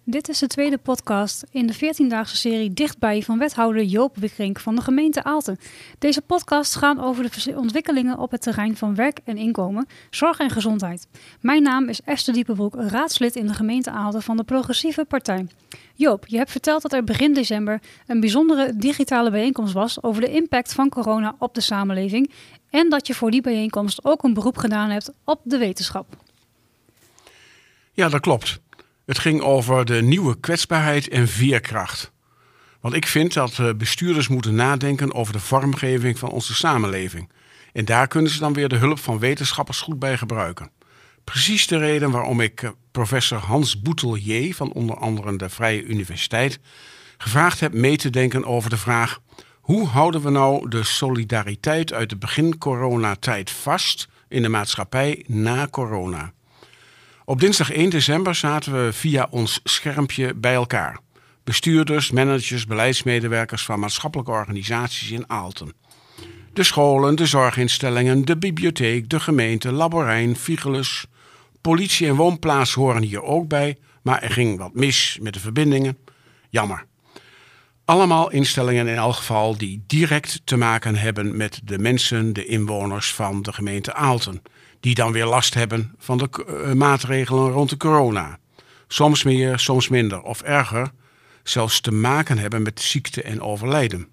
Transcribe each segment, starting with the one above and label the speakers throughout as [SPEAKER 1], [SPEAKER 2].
[SPEAKER 1] Dit is de tweede podcast in de 14-daagse serie Dichtbij van wethouder Joop Wickrink van de gemeente Aalten. Deze podcasts gaan over de ontwikkelingen op het terrein van werk en inkomen, zorg en gezondheid. Mijn naam is Esther Diepenbroek, raadslid in de gemeente Aalten van de Progressieve Partij. Joop, je hebt verteld dat er begin december een bijzondere digitale bijeenkomst was over de impact van corona op de samenleving en dat je voor die bijeenkomst ook een beroep gedaan hebt op de wetenschap.
[SPEAKER 2] Ja, dat klopt. Het ging over de nieuwe kwetsbaarheid en veerkracht. Want ik vind dat bestuurders moeten nadenken over de vormgeving van onze samenleving. En daar kunnen ze dan weer de hulp van wetenschappers goed bij gebruiken. Precies de reden waarom ik professor Hans Boutelier van onder andere de Vrije Universiteit gevraagd heb mee te denken over de vraag: hoe houden we nou de solidariteit uit de begin-coronatijd vast in de maatschappij na corona? Op dinsdag 1 december zaten we via ons schermpje bij elkaar. Bestuurders, managers, beleidsmedewerkers van maatschappelijke organisaties in Aalten. De scholen, de zorginstellingen, de bibliotheek, de gemeente, Laborijn, Vigelus, politie en woonplaats horen hier ook bij, maar er ging wat mis met de verbindingen. Jammer. Allemaal instellingen in elk geval die direct te maken hebben met de mensen, de inwoners van de gemeente Aalten. Die dan weer last hebben van de maatregelen rond de corona. Soms meer, soms minder of erger, zelfs te maken hebben met ziekte en overlijden.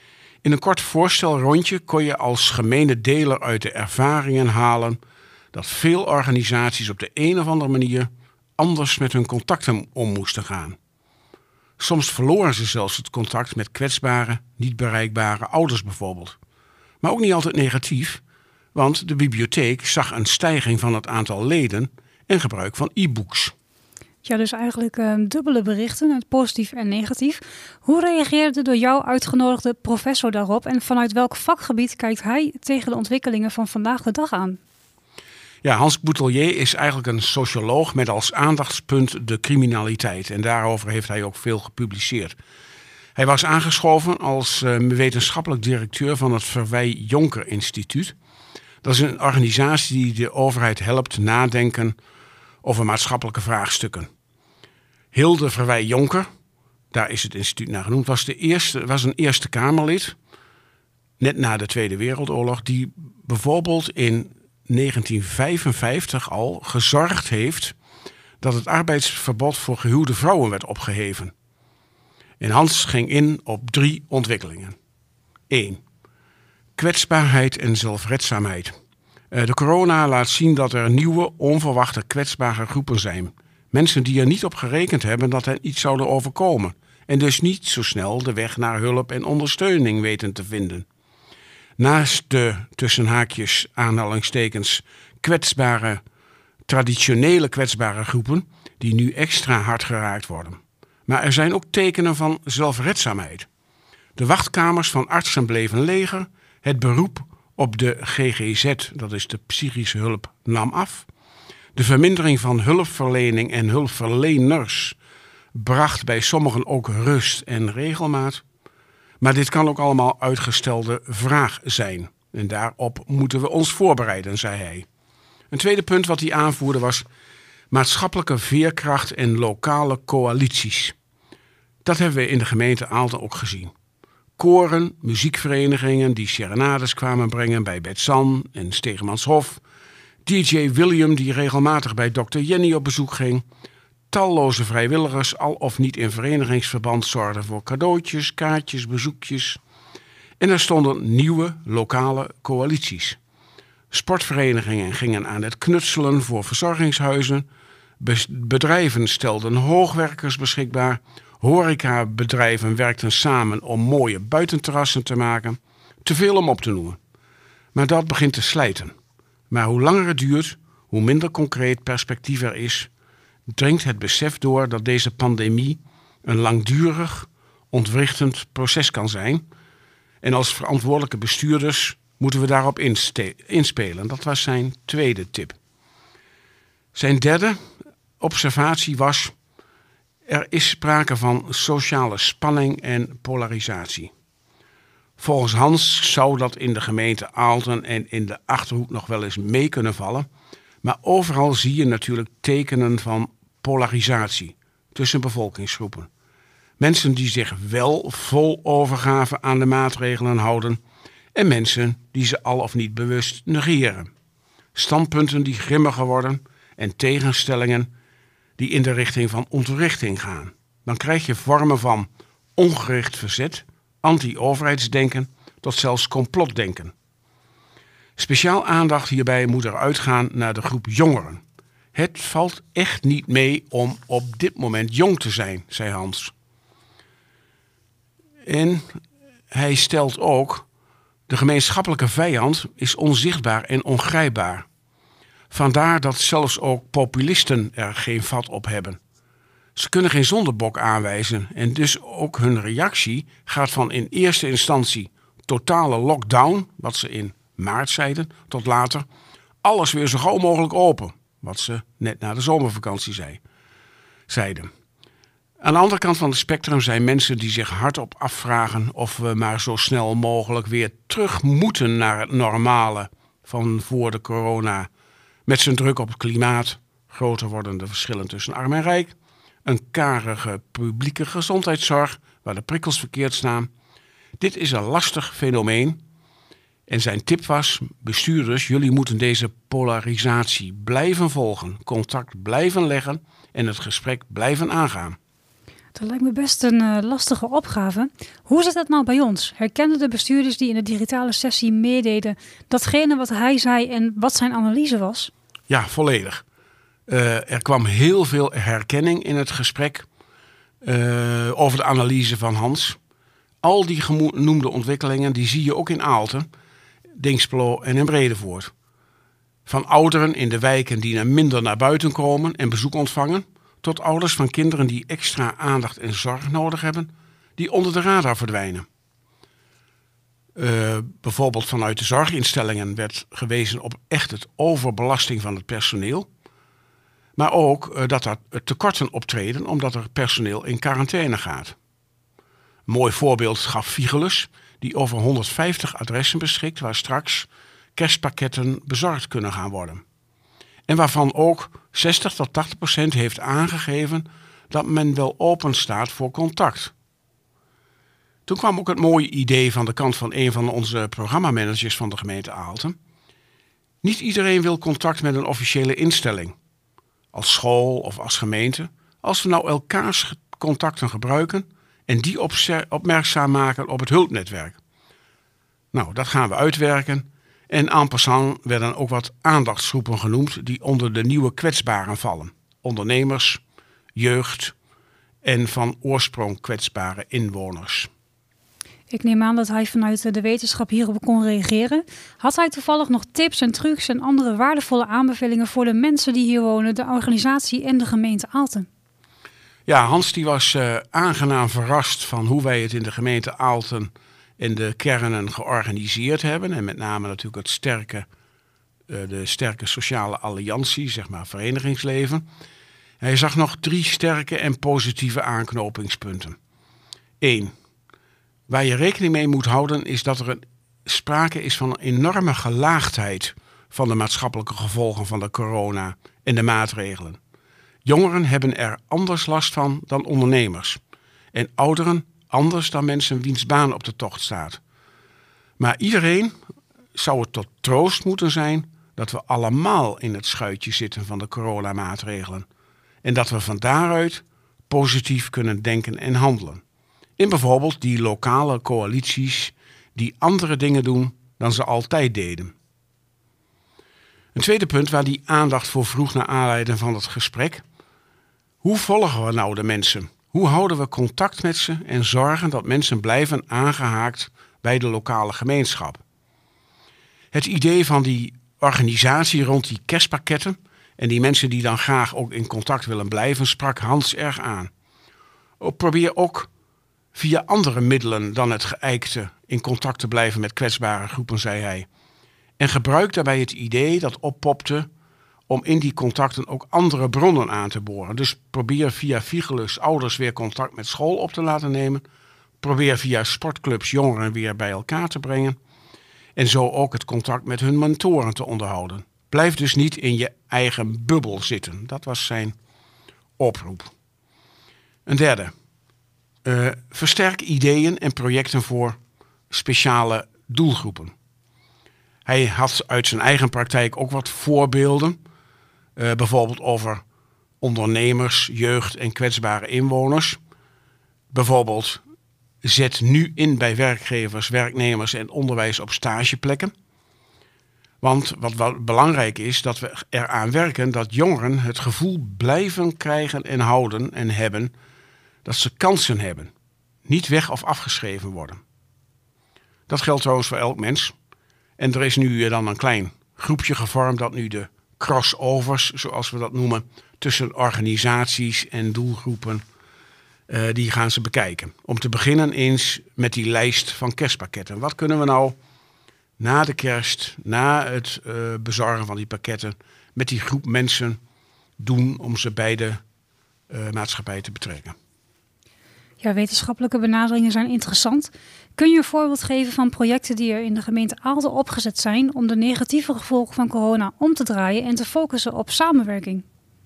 [SPEAKER 2] In een kort voorstelrondje kon je als gemene deler uit de ervaringen halen dat veel organisaties op de een of andere manier anders met hun contacten om moesten gaan. Soms verloren ze zelfs het contact met kwetsbare, niet bereikbare ouders bijvoorbeeld. Maar ook niet altijd negatief, want de bibliotheek zag een stijging van het aantal leden en gebruik van e-books.
[SPEAKER 1] Ja, dus eigenlijk dubbele berichten, positief en negatief. Hoe reageerde de door jou uitgenodigde professor daarop en vanuit welk vakgebied kijkt hij tegen de ontwikkelingen van vandaag de dag aan?
[SPEAKER 2] Ja, Hans Boutelier is eigenlijk een socioloog met als aandachtspunt de criminaliteit. En daarover heeft hij ook veel gepubliceerd. Hij was aangeschoven als wetenschappelijk directeur van het Verwij Jonker Instituut. Dat is een organisatie die de overheid helpt nadenken over maatschappelijke vraagstukken. Hilde Verwij Jonker, daar is het instituut naar genoemd, was een Eerste Kamerlid, net na de Tweede Wereldoorlog, die bijvoorbeeld in 1955 al gezorgd heeft dat het arbeidsverbod voor gehuwde vrouwen werd opgeheven. En Hans ging in op 3 ontwikkelingen. 1. Kwetsbaarheid en zelfredzaamheid. De corona laat zien dat er nieuwe, onverwachte kwetsbare groepen zijn. Mensen die er niet op gerekend hebben dat hen iets zouden overkomen. En dus niet zo snel de weg naar hulp en ondersteuning weten te vinden. Naast de, tussen haakjes, aanhalingstekens, traditionele kwetsbare groepen, die nu extra hard geraakt worden. Maar er zijn ook tekenen van zelfredzaamheid. De wachtkamers van artsen bleven leger. Het beroep op de GGZ, dat is de psychische hulp, nam af. De vermindering van hulpverlening en hulpverleners bracht bij sommigen ook rust en regelmaat. Maar dit kan ook allemaal uitgestelde vraag zijn. En daarop moeten we ons voorbereiden, zei hij. Een tweede punt wat hij aanvoerde was maatschappelijke veerkracht en lokale coalities. Dat hebben we in de gemeente Aalten ook gezien. Koren, muziekverenigingen die serenades kwamen brengen bij Betzan en Stegenmanshof. DJ William die regelmatig bij Dr. Jenny op bezoek ging. Talloze vrijwilligers, al of niet in verenigingsverband, zorgden voor cadeautjes, kaartjes, bezoekjes. En er stonden nieuwe lokale coalities. Sportverenigingen gingen aan het knutselen voor verzorgingshuizen. Bedrijven stelden hoogwerkers beschikbaar. Horecabedrijven werkten samen om mooie buitenterrassen te maken. Te veel om op te noemen. Maar dat begint te slijten. Maar hoe langer het duurt, hoe minder concreet perspectief er is, dringt het besef door dat deze pandemie een langdurig, ontwrichtend proces kan zijn. En als verantwoordelijke bestuurders moeten we daarop inspelen. Dat was zijn tweede tip. Zijn derde observatie was: er is sprake van sociale spanning en polarisatie. Volgens Hans zou dat in de gemeente Aalten en in de Achterhoek nog wel eens mee kunnen vallen. Maar overal zie je natuurlijk tekenen van polarisatie. tussen bevolkingsgroepen. Mensen die zich wel vol overgave aan de maatregelen houden en mensen die ze al of niet bewust negeren. Standpunten die grimmiger worden en tegenstellingen die in de richting van ontrichting gaan. Dan krijg je vormen van ongericht verzet, anti-overheidsdenken tot zelfs complotdenken. Speciaal aandacht hierbij moet er uitgaan naar de groep jongeren. Het valt echt niet mee om op dit moment jong te zijn, zei Hans. En hij stelt ook, de gemeenschappelijke vijand is onzichtbaar en ongrijpbaar. Vandaar dat zelfs ook populisten er geen vat op hebben. Ze kunnen geen zondebok aanwijzen en dus ook hun reactie gaat van in eerste instantie totale lockdown, wat ze in maart zeiden, tot later alles weer zo gauw mogelijk open, wat ze net na de zomervakantie zeiden. Aan de andere kant van het spectrum zijn mensen die zich hardop afvragen of we maar zo snel mogelijk weer terug moeten naar het normale van voor de corona. Met zijn druk op het klimaat, groter wordende verschillen tussen arm en rijk, een karige publieke gezondheidszorg waar de prikkels verkeerd staan. Dit is een lastig fenomeen en zijn tip was, bestuurders, jullie moeten deze polarisatie blijven volgen, contact blijven leggen en het gesprek blijven aangaan.
[SPEAKER 1] Dat lijkt me best een lastige opgave. Hoe zit dat nou bij ons? Herkenden de bestuurders die in de digitale sessie meededen datgene wat hij zei en wat zijn analyse was?
[SPEAKER 2] Ja, volledig. Er kwam heel veel herkenning in het gesprek over de analyse van Hans. Al die genoemde ontwikkelingen die zie je ook in Aalten, Dinxperlo en in Bredevoort. Van ouderen in de wijken die minder naar buiten komen en bezoek ontvangen, tot ouders van kinderen die extra aandacht en zorg nodig hebben, die onder de radar verdwijnen. Bijvoorbeeld vanuit de zorginstellingen werd gewezen op echt het overbelasting van het personeel. Maar ook dat er tekorten optreden omdat er personeel in quarantaine gaat. Een mooi voorbeeld gaf Vigelus, die over 150 adressen beschikt waar straks kerstpakketten bezorgd kunnen gaan worden. En waarvan ook 60 tot 80% heeft aangegeven dat men wel open staat voor contact. Toen kwam ook het mooie idee van de kant van een van onze programmamanagers van de gemeente Aalten. Niet iedereen wil contact met een officiële instelling, als school of als gemeente. Als we nou elkaars contacten gebruiken en die opmerkzaam maken op het hulpnetwerk. Nou, dat gaan we uitwerken. En en passant werden ook wat aandachtsgroepen genoemd die onder de nieuwe kwetsbaren vallen. Ondernemers, jeugd en van oorsprong kwetsbare inwoners.
[SPEAKER 1] Ik neem aan dat hij vanuit de wetenschap hierop kon reageren. Had hij toevallig nog tips en trucs en andere waardevolle aanbevelingen voor de mensen die hier wonen, de organisatie en de gemeente Aalten?
[SPEAKER 2] Ja, Hans die was aangenaam verrast van hoe wij het in de gemeente Aalten en de kernen georganiseerd hebben. En met name natuurlijk de sterke sociale alliantie, zeg maar verenigingsleven. Hij zag nog 3 sterke en positieve aanknopingspunten. 1. Waar je rekening mee moet houden is dat er sprake is van een enorme gelaagdheid van de maatschappelijke gevolgen van de corona en de maatregelen. Jongeren hebben er anders last van dan ondernemers. En ouderen anders dan mensen wiens baan op de tocht staat. Maar iedereen zou het tot troost moeten zijn dat we allemaal in het schuitje zitten van de coronamaatregelen. En dat we van daaruit positief kunnen denken en handelen. In bijvoorbeeld die lokale coalities die andere dingen doen dan ze altijd deden. Een tweede punt waar die aandacht voor vroeg naar aanleiding van het gesprek. Hoe volgen we nou de mensen? Hoe houden we contact met ze en zorgen dat mensen blijven aangehaakt bij de lokale gemeenschap? Het idee van die organisatie rond die kerstpakketten en die mensen die dan graag ook in contact willen blijven, sprak Hans erg aan. Probeer ook via andere middelen dan het geijkte in contact te blijven met kwetsbare groepen, zei hij. En gebruik daarbij het idee dat oppopte om in die contacten ook andere bronnen aan te boren. Dus probeer via Vigelus ouders weer contact met school op te laten nemen. Probeer via sportclubs jongeren weer bij elkaar te brengen. En zo ook het contact met hun mentoren te onderhouden. Blijf dus niet in je eigen bubbel zitten. Dat was zijn oproep. Een derde. Versterk ideeën en projecten voor speciale doelgroepen. Hij had uit zijn eigen praktijk ook wat voorbeelden. Bijvoorbeeld over ondernemers, jeugd en kwetsbare inwoners. Bijvoorbeeld zet nu in bij werkgevers, werknemers en onderwijs op stageplekken. Want wat belangrijk is, dat we eraan werken dat jongeren het gevoel blijven krijgen en houden en hebben dat ze kansen hebben. Niet weg of afgeschreven worden. Dat geldt trouwens voor elk mens. En er is nu dan een klein groepje gevormd dat nu de crossovers, zoals we dat noemen, tussen organisaties en doelgroepen, die gaan ze bekijken. Om te beginnen eens met die lijst van kerstpakketten. Wat kunnen we nou na de kerst, na het bezorgen van die pakketten, met die groep mensen doen om ze bij de maatschappij te betrekken?
[SPEAKER 1] Ja, wetenschappelijke benaderingen zijn interessant. Kun je een voorbeeld geven van projecten die er in de gemeente Aalten opgezet zijn om de negatieve gevolgen van corona om te draaien en te focussen op samenwerking?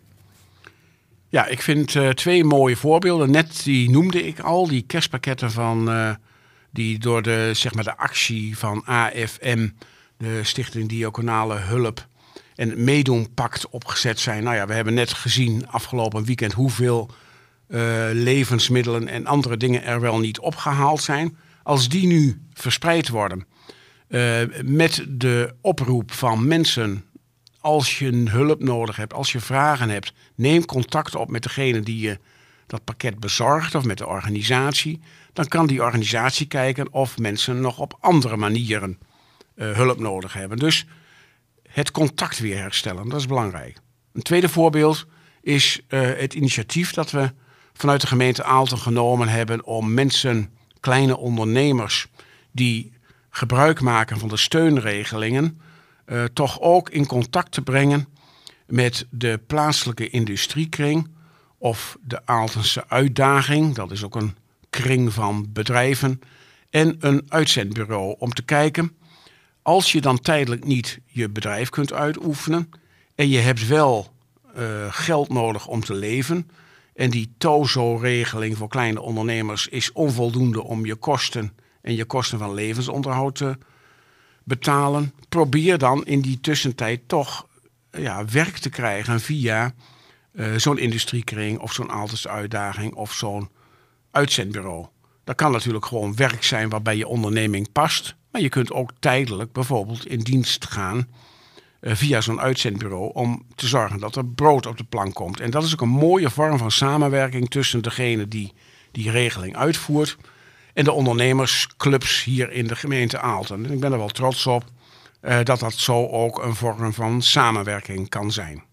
[SPEAKER 2] Ja, ik vind 2 mooie voorbeelden. Net die noemde ik al, die kerstpakketten die door de actie van AFM, de Stichting Diaconale Hulp, en het Meedoen Pact opgezet zijn. Nou ja, we hebben net gezien afgelopen weekend hoeveel levensmiddelen en andere dingen er wel niet opgehaald zijn. Als die nu verspreid worden met de oproep van mensen, als je hulp nodig hebt, als je vragen hebt, neem contact op met degene die je dat pakket bezorgt of met de organisatie. Dan kan die organisatie kijken of mensen nog op andere manieren hulp nodig hebben. Dus het contact weer herstellen, dat is belangrijk. Een tweede voorbeeld is het initiatief dat we vanuit de gemeente Aalten genomen hebben om mensen, kleine ondernemers die gebruik maken van de steunregelingen, toch ook in contact te brengen met de plaatselijke industriekring of de Aaltense uitdaging. Dat is ook een kring van bedrijven en een uitzendbureau om te kijken, als je dan tijdelijk niet je bedrijf kunt uitoefenen en je hebt wel geld nodig om te leven en die TOZO-regeling voor kleine ondernemers is onvoldoende om je kosten en je kosten van levensonderhoud te betalen, probeer dan in die tussentijd toch werk te krijgen via zo'n industriekring of zo'n Aaltense uitdaging of zo'n uitzendbureau. Dat kan natuurlijk gewoon werk zijn waarbij je onderneming past, maar je kunt ook tijdelijk bijvoorbeeld in dienst gaan via zo'n uitzendbureau om te zorgen dat er brood op de plank komt. En dat is ook een mooie vorm van samenwerking tussen degene die die regeling uitvoert en de ondernemersclubs hier in de gemeente Aalten. En ik ben er wel trots op dat zo ook een vorm van samenwerking kan zijn.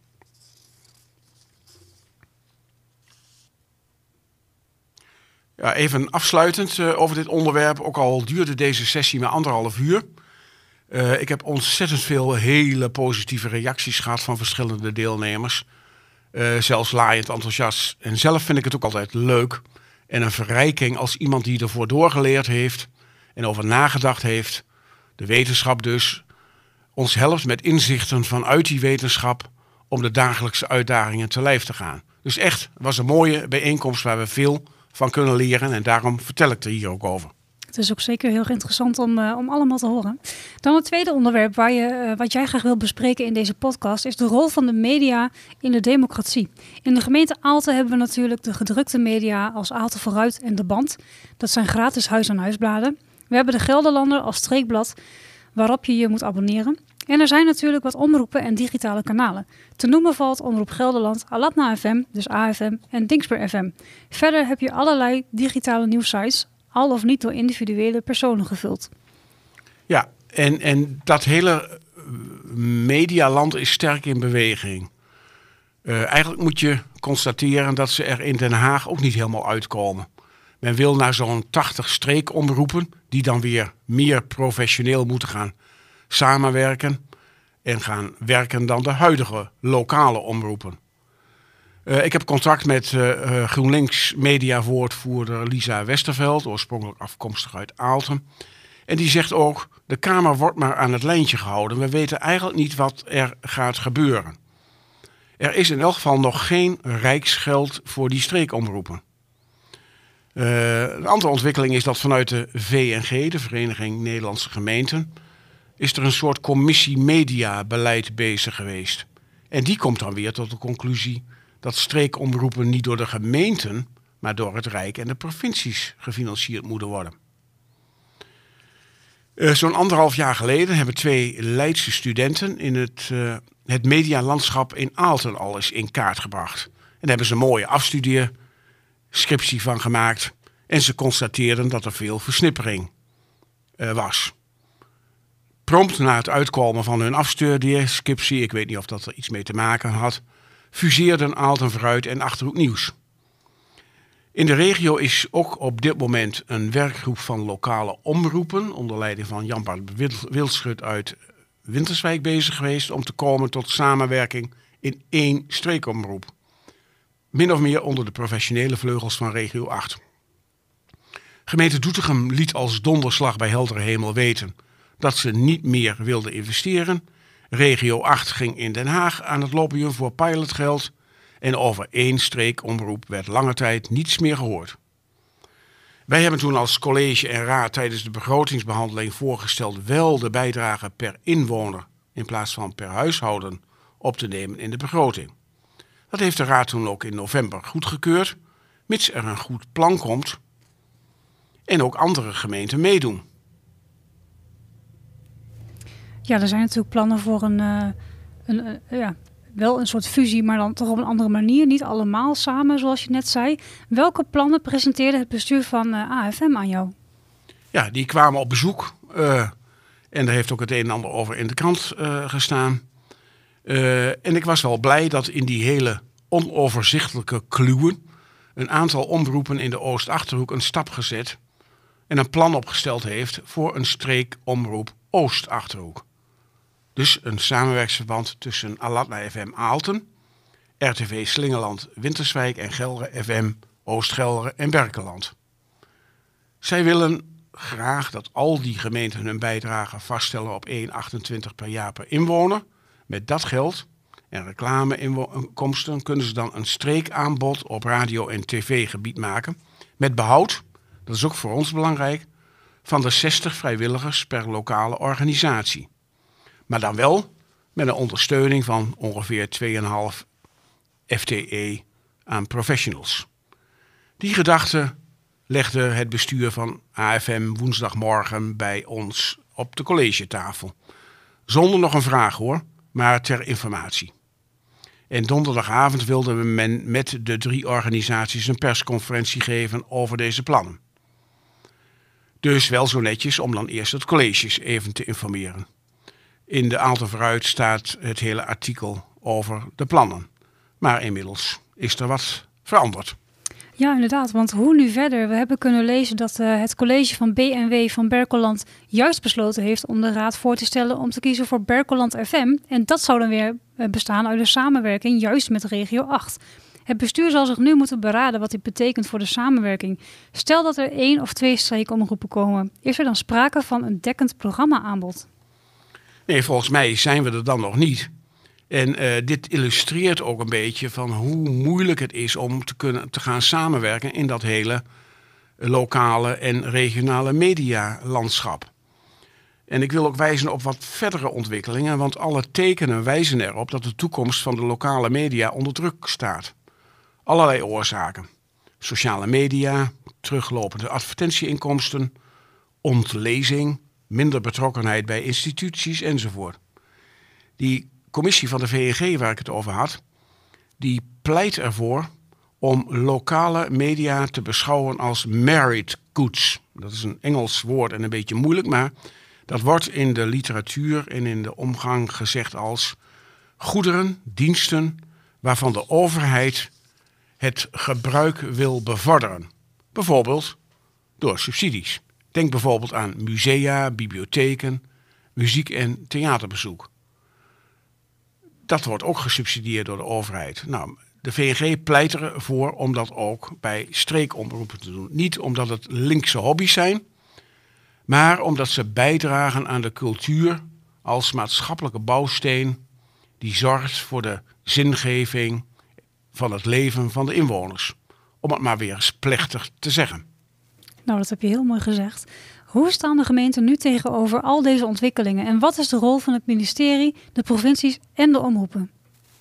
[SPEAKER 2] Ja, even afsluitend over dit onderwerp, ook al duurde deze sessie maar 1,5 uur. Ik heb ontzettend veel hele positieve reacties gehad van verschillende deelnemers. Zelfs laaiend enthousiast. En zelf vind ik het ook altijd leuk en een verrijking als iemand die ervoor doorgeleerd heeft en over nagedacht heeft, de wetenschap dus, ons helpt met inzichten vanuit die wetenschap om de dagelijkse uitdagingen te lijf te gaan. Dus echt, het was een mooie bijeenkomst waar we veel van kunnen leren en daarom vertel ik er hier ook over.
[SPEAKER 1] Het is ook zeker heel interessant om allemaal te horen. Dan het tweede onderwerp wat jij graag wil bespreken in deze podcast is de rol van de media in de democratie. In de gemeente Aalten hebben we natuurlijk de gedrukte media als Aalten Vooruit en De Band. Dat zijn gratis huis-aan-huisbladen. We hebben de Gelderlander als streekblad waarop je je moet abonneren. En er zijn natuurlijk wat omroepen en digitale kanalen. Te noemen valt Omroep Gelderland, Alatna FM, dus AFM en Dingsper FM. Verder heb je allerlei digitale nieuwssites, al of niet door individuele personen gevuld.
[SPEAKER 2] Ja, en dat hele medialand is sterk in beweging. Eigenlijk moet je constateren dat ze er in Den Haag ook niet helemaal uitkomen. Men wil naar zo'n 80 streekomroepen die dan weer meer professioneel moeten gaan samenwerken en gaan werken dan de huidige lokale omroepen. Ik heb contact met GroenLinks mediavoortvoerder Lisa Westerveld, oorspronkelijk afkomstig uit Aalten. En die zegt ook, de Kamer wordt maar aan het lijntje gehouden. We weten eigenlijk niet wat er gaat gebeuren. Er is in elk geval nog geen rijksgeld voor die streekomroepen. Een andere ontwikkeling is dat vanuit de VNG, de Vereniging Nederlandse Gemeenten, is er een soort commissie mediabeleid bezig geweest. En die komt dan weer tot de conclusie dat streekomroepen niet door de gemeenten, maar door het Rijk en de provincies gefinancierd moeten worden. Zo'n 1,5 jaar geleden hebben 2 Leidse studenten in het medialandschap in Aalten al eens in kaart gebracht. En daar hebben ze een mooie afstudeerscriptie van gemaakt. En ze constateerden dat er veel versnippering was. Prompt na het uitkomen van hun afstudeerscriptie, ik weet niet of dat er iets mee te maken had, fuseerden Aalten Vooruit en Achterhoek Nieuws. In de regio is ook op dit moment een werkgroep van lokale omroepen onder leiding van Jan-Bart Wildschut uit Winterswijk bezig geweest om te komen tot samenwerking in 1 streekomroep. Min of meer onder de professionele vleugels van regio 8. Gemeente Doetinchem liet als donderslag bij heldere hemel weten dat ze niet meer wilde investeren. Regio 8 ging in Den Haag aan het lobbyen voor pilotgeld. En over 1 streekomroep werd lange tijd niets meer gehoord. Wij hebben toen als college en raad tijdens de begrotingsbehandeling voorgesteld wel de bijdrage per inwoner in plaats van per huishouden op te nemen in de begroting. Dat heeft de raad toen ook in november goedgekeurd, mits er een goed plan komt en ook andere gemeenten meedoen.
[SPEAKER 1] Ja, er zijn natuurlijk plannen voor wel een soort fusie, maar dan toch op een andere manier. Niet allemaal samen, zoals je net zei. Welke plannen presenteerde het bestuur van AFM aan jou?
[SPEAKER 2] Ja, die kwamen op bezoek. En daar heeft ook het een en ander over in de krant gestaan. En ik was wel blij dat in die hele onoverzichtelijke kluwen een aantal omroepen in de Oost-Achterhoek een stap gezet en een plan opgesteld heeft voor een streekomroep Oost-Achterhoek. Dus een samenwerksverband tussen Aladna FM Aalten, RTV Slingeland Winterswijk en Gelre FM Oost-Gelre en Berkeland. Zij willen graag dat al die gemeenten hun bijdrage vaststellen op 1,28 per jaar per inwoner. Met dat geld en reclameinkomsten kunnen ze dan een streekaanbod op radio- en tv-gebied maken. Met behoud, dat is ook voor ons belangrijk, van de 60 vrijwilligers per lokale organisatie. Maar dan wel met een ondersteuning van ongeveer 2,5 FTE aan professionals. Die gedachte legde het bestuur van AFM woensdagmorgen bij ons op de collegetafel. Zonder nog een vraag hoor, maar ter informatie. En donderdagavond wilde men met de 3 organisaties een persconferentie geven over deze plannen. Dus wel zo netjes om dan eerst het college even te informeren. In de Aalten Vooruit staat het hele artikel over de plannen. Maar inmiddels is er wat veranderd.
[SPEAKER 1] Ja, inderdaad. Want hoe nu verder? We hebben kunnen lezen dat het college van BNW van Berkeland juist besloten heeft om de raad voor te stellen om te kiezen voor Berkeland FM. En dat zou dan weer bestaan uit een samenwerking juist met regio 8. Het bestuur zal zich nu moeten beraden wat dit betekent voor de samenwerking. Stel dat er 1 of 2 streekomroepen komen. Is er dan sprake van een dekkend programma-aanbod?
[SPEAKER 2] Nee, volgens mij zijn we er dan nog niet. En dit illustreert ook een beetje van hoe moeilijk het is om te gaan samenwerken in dat hele lokale en regionale medialandschap. En ik wil ook wijzen op wat verdere ontwikkelingen, want alle tekenen wijzen erop dat de toekomst van de lokale media onder druk staat. Allerlei oorzaken. Sociale media, teruglopende advertentieinkomsten, ontlezing, minder betrokkenheid bij instituties enzovoort. Die commissie van de VNG waar ik het over had, die pleit ervoor om lokale media te beschouwen als merit goods. Dat is een Engels woord en een beetje moeilijk, maar dat wordt in de literatuur en in de omgang gezegd als goederen, diensten waarvan de overheid het gebruik wil bevorderen. Bijvoorbeeld door subsidies. Denk bijvoorbeeld aan musea, bibliotheken, muziek- en theaterbezoek. Dat wordt ook gesubsidieerd door de overheid. Nou, de VNG pleit ervoor om dat ook bij streekomroepen te doen. Niet omdat het linkse hobby's zijn, maar omdat ze bijdragen aan de cultuur als maatschappelijke bouwsteen die zorgt voor de zingeving van het leven van de inwoners. om het maar weer eens plechtig te zeggen.
[SPEAKER 1] Nou, dat heb je heel mooi gezegd. Hoe staan de gemeenten nu tegenover al deze ontwikkelingen? En wat is de rol van het ministerie, de provincies en de omroepen?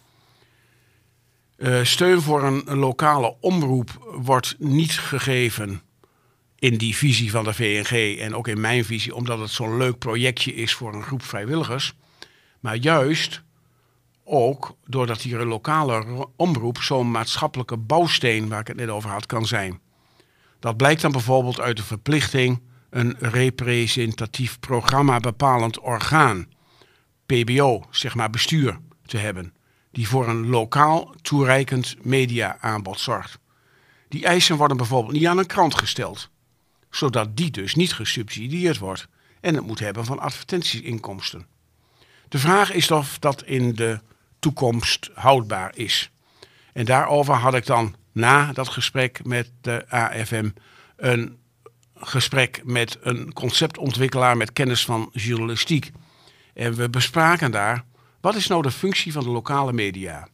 [SPEAKER 2] Steun voor een lokale omroep wordt niet gegeven in die visie van de VNG en ook in mijn visie, omdat het zo'n leuk projectje is voor een groep vrijwilligers. Maar juist ook doordat hier een lokale omroep zo'n maatschappelijke bouwsteen, waar ik het net over had, kan zijn. Dat blijkt dan bijvoorbeeld uit de verplichting een representatief programma bepalend orgaan, PBO, zeg maar bestuur, te hebben, die voor een lokaal toereikend media-aanbod zorgt. Die eisen worden bijvoorbeeld niet aan een krant gesteld, zodat die dus niet gesubsidieerd wordt en het moet hebben van advertentieinkomsten. De vraag is of dat in de toekomst houdbaar is. En daarover had ik dan na dat gesprek met de AFM een gesprek met een conceptontwikkelaar met kennis van journalistiek. En we bespraken daar, wat is nou de functie van de lokale media?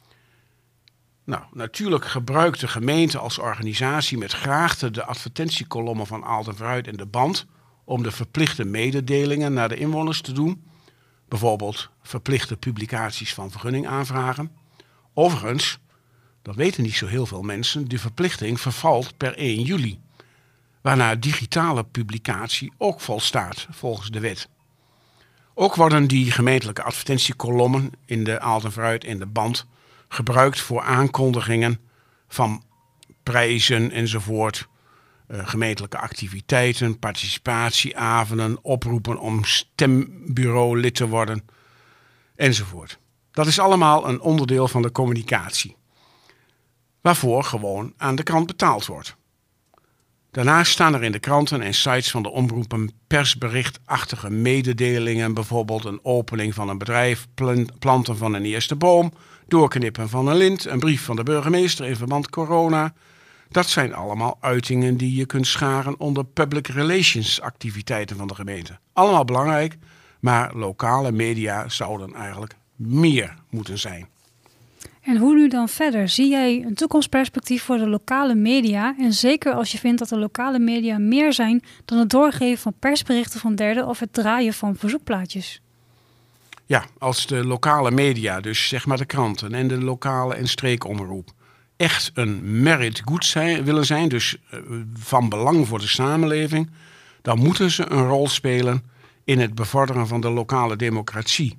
[SPEAKER 2] Nou, natuurlijk gebruikt de gemeente als organisatie met graagte de advertentiekolommen van Aalten Vooruit en de Band om de verplichte mededelingen naar de inwoners te doen. Bijvoorbeeld verplichte publicaties van vergunningaanvragen. Overigens, dat weten niet zo heel veel mensen, die verplichting vervalt per 1 juli. Waarna digitale publicatie ook volstaat volgens de wet. Ook worden die gemeentelijke advertentiekolommen in de Aalten Vooruit en de Band gebruikt voor aankondigingen van prijzen enzovoort. Gemeentelijke activiteiten, participatieavonden, oproepen om stembureaulid te worden enzovoort. Dat is allemaal een onderdeel van de communicatie, waarvoor gewoon aan de krant betaald wordt. Daarnaast staan er in de kranten en sites van de omroepen persberichtachtige mededelingen, bijvoorbeeld een opening van een bedrijf, planten van een eerste boom, doorknippen van een lint, een brief van de burgemeester in verband corona. Dat zijn allemaal uitingen die je kunt scharen onder public relations activiteiten van de gemeente. Allemaal belangrijk, maar lokale media zouden eigenlijk meer moeten zijn.
[SPEAKER 1] En hoe nu dan verder? Zie jij een toekomstperspectief voor de lokale media? En zeker als je vindt dat de lokale media meer zijn dan het doorgeven van persberichten van derden of het draaien van verzoekplaatjes.
[SPEAKER 2] Ja, als de lokale media, dus zeg maar de kranten en de lokale en streekomroep, echt een merit good willen zijn, dus van belang voor de samenleving, dan moeten ze een rol spelen in het bevorderen van de lokale democratie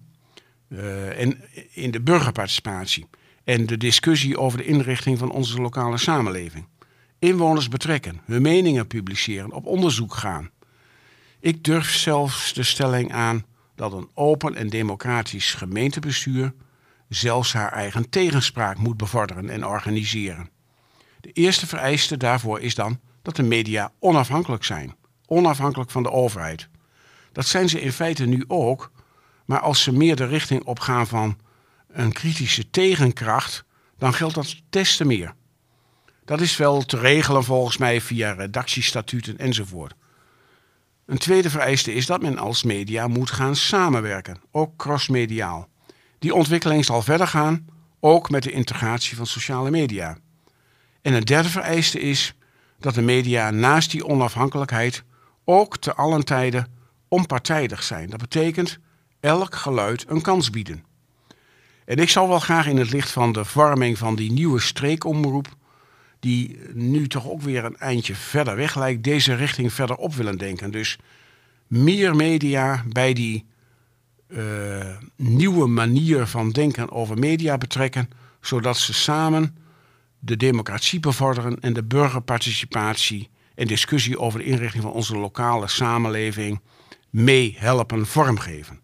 [SPEAKER 2] en in de burgerparticipatie en de discussie over de inrichting van onze lokale samenleving. Inwoners betrekken, hun meningen publiceren, op onderzoek gaan. Ik durf zelfs de stelling aan dat een open en democratisch gemeentebestuur zelfs haar eigen tegenspraak moet bevorderen en organiseren. De eerste vereiste daarvoor is dan dat de media onafhankelijk zijn, onafhankelijk van de overheid. Dat zijn ze in feite nu ook, maar als ze meer de richting opgaan van een kritische tegenkracht, dan geldt dat des te meer. Dat is wel te regelen volgens mij via redactiestatuten enzovoort. Een tweede vereiste is dat men als media moet gaan samenwerken, ook crossmediaal. Die ontwikkeling zal verder gaan, ook met de integratie van sociale media. En een derde vereiste is dat de media naast die onafhankelijkheid ook te allen tijde onpartijdig zijn. Dat betekent elk geluid een kans bieden. En ik zou wel graag in het licht van de vorming van die nieuwe streekomroep, die nu toch ook weer een eindje verder weg lijkt, deze richting verder op willen denken. Dus meer media bij die nieuwe manier van denken over media betrekken, zodat ze samen de democratie bevorderen en de burgerparticipatie en discussie over de inrichting van onze lokale samenleving mee helpen vormgeven.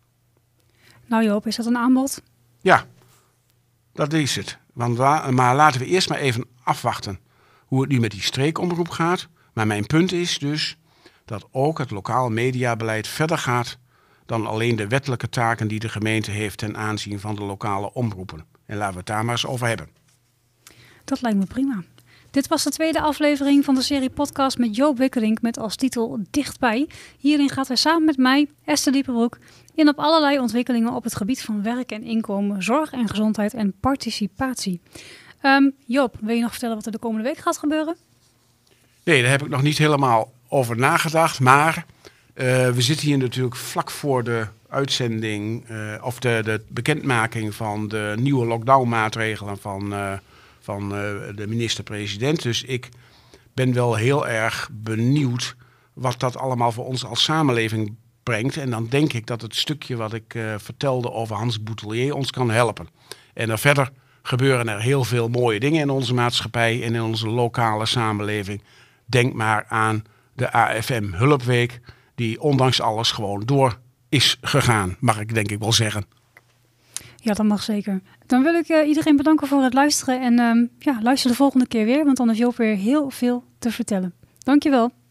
[SPEAKER 1] Nou Joop, is dat een aanbod?
[SPEAKER 2] Ja, dat is het. Maar laten we eerst maar even afwachten hoe het nu met die streekomroep gaat. Maar mijn punt is dus dat ook het lokaal mediabeleid verder gaat dan alleen de wettelijke taken die de gemeente heeft ten aanzien van de lokale omroepen. En laten we het daar maar eens over hebben.
[SPEAKER 1] Dat lijkt me prima. Dit was de tweede aflevering van de serie podcast met Joop Wickerink met als titel Dichtbij. Hierin gaat hij samen met mij, Esther Diepenbroek, in op allerlei ontwikkelingen op het gebied van werk en inkomen, zorg en gezondheid en participatie. Joop, wil je nog vertellen wat er de komende week gaat gebeuren?
[SPEAKER 2] Nee, daar heb ik nog niet helemaal over nagedacht. Maar we zitten hier natuurlijk vlak voor de uitzending of de bekendmaking van de nieuwe lockdownmaatregelen van de minister-president. Dus ik ben wel heel erg benieuwd wat dat allemaal voor ons als samenleving brengt. En dan denk ik dat het stukje wat ik vertelde over Hans Boutelier ons kan helpen. En verder gebeuren er heel veel mooie dingen in onze maatschappij en in onze lokale samenleving. Denk maar aan de AFM Hulpweek, die ondanks alles gewoon door is gegaan, mag ik denk ik wel zeggen.
[SPEAKER 1] Ja, dat mag zeker. Dan wil ik iedereen bedanken voor het luisteren en luister de volgende keer weer, want dan heeft Joop weer heel veel te vertellen. Dankjewel.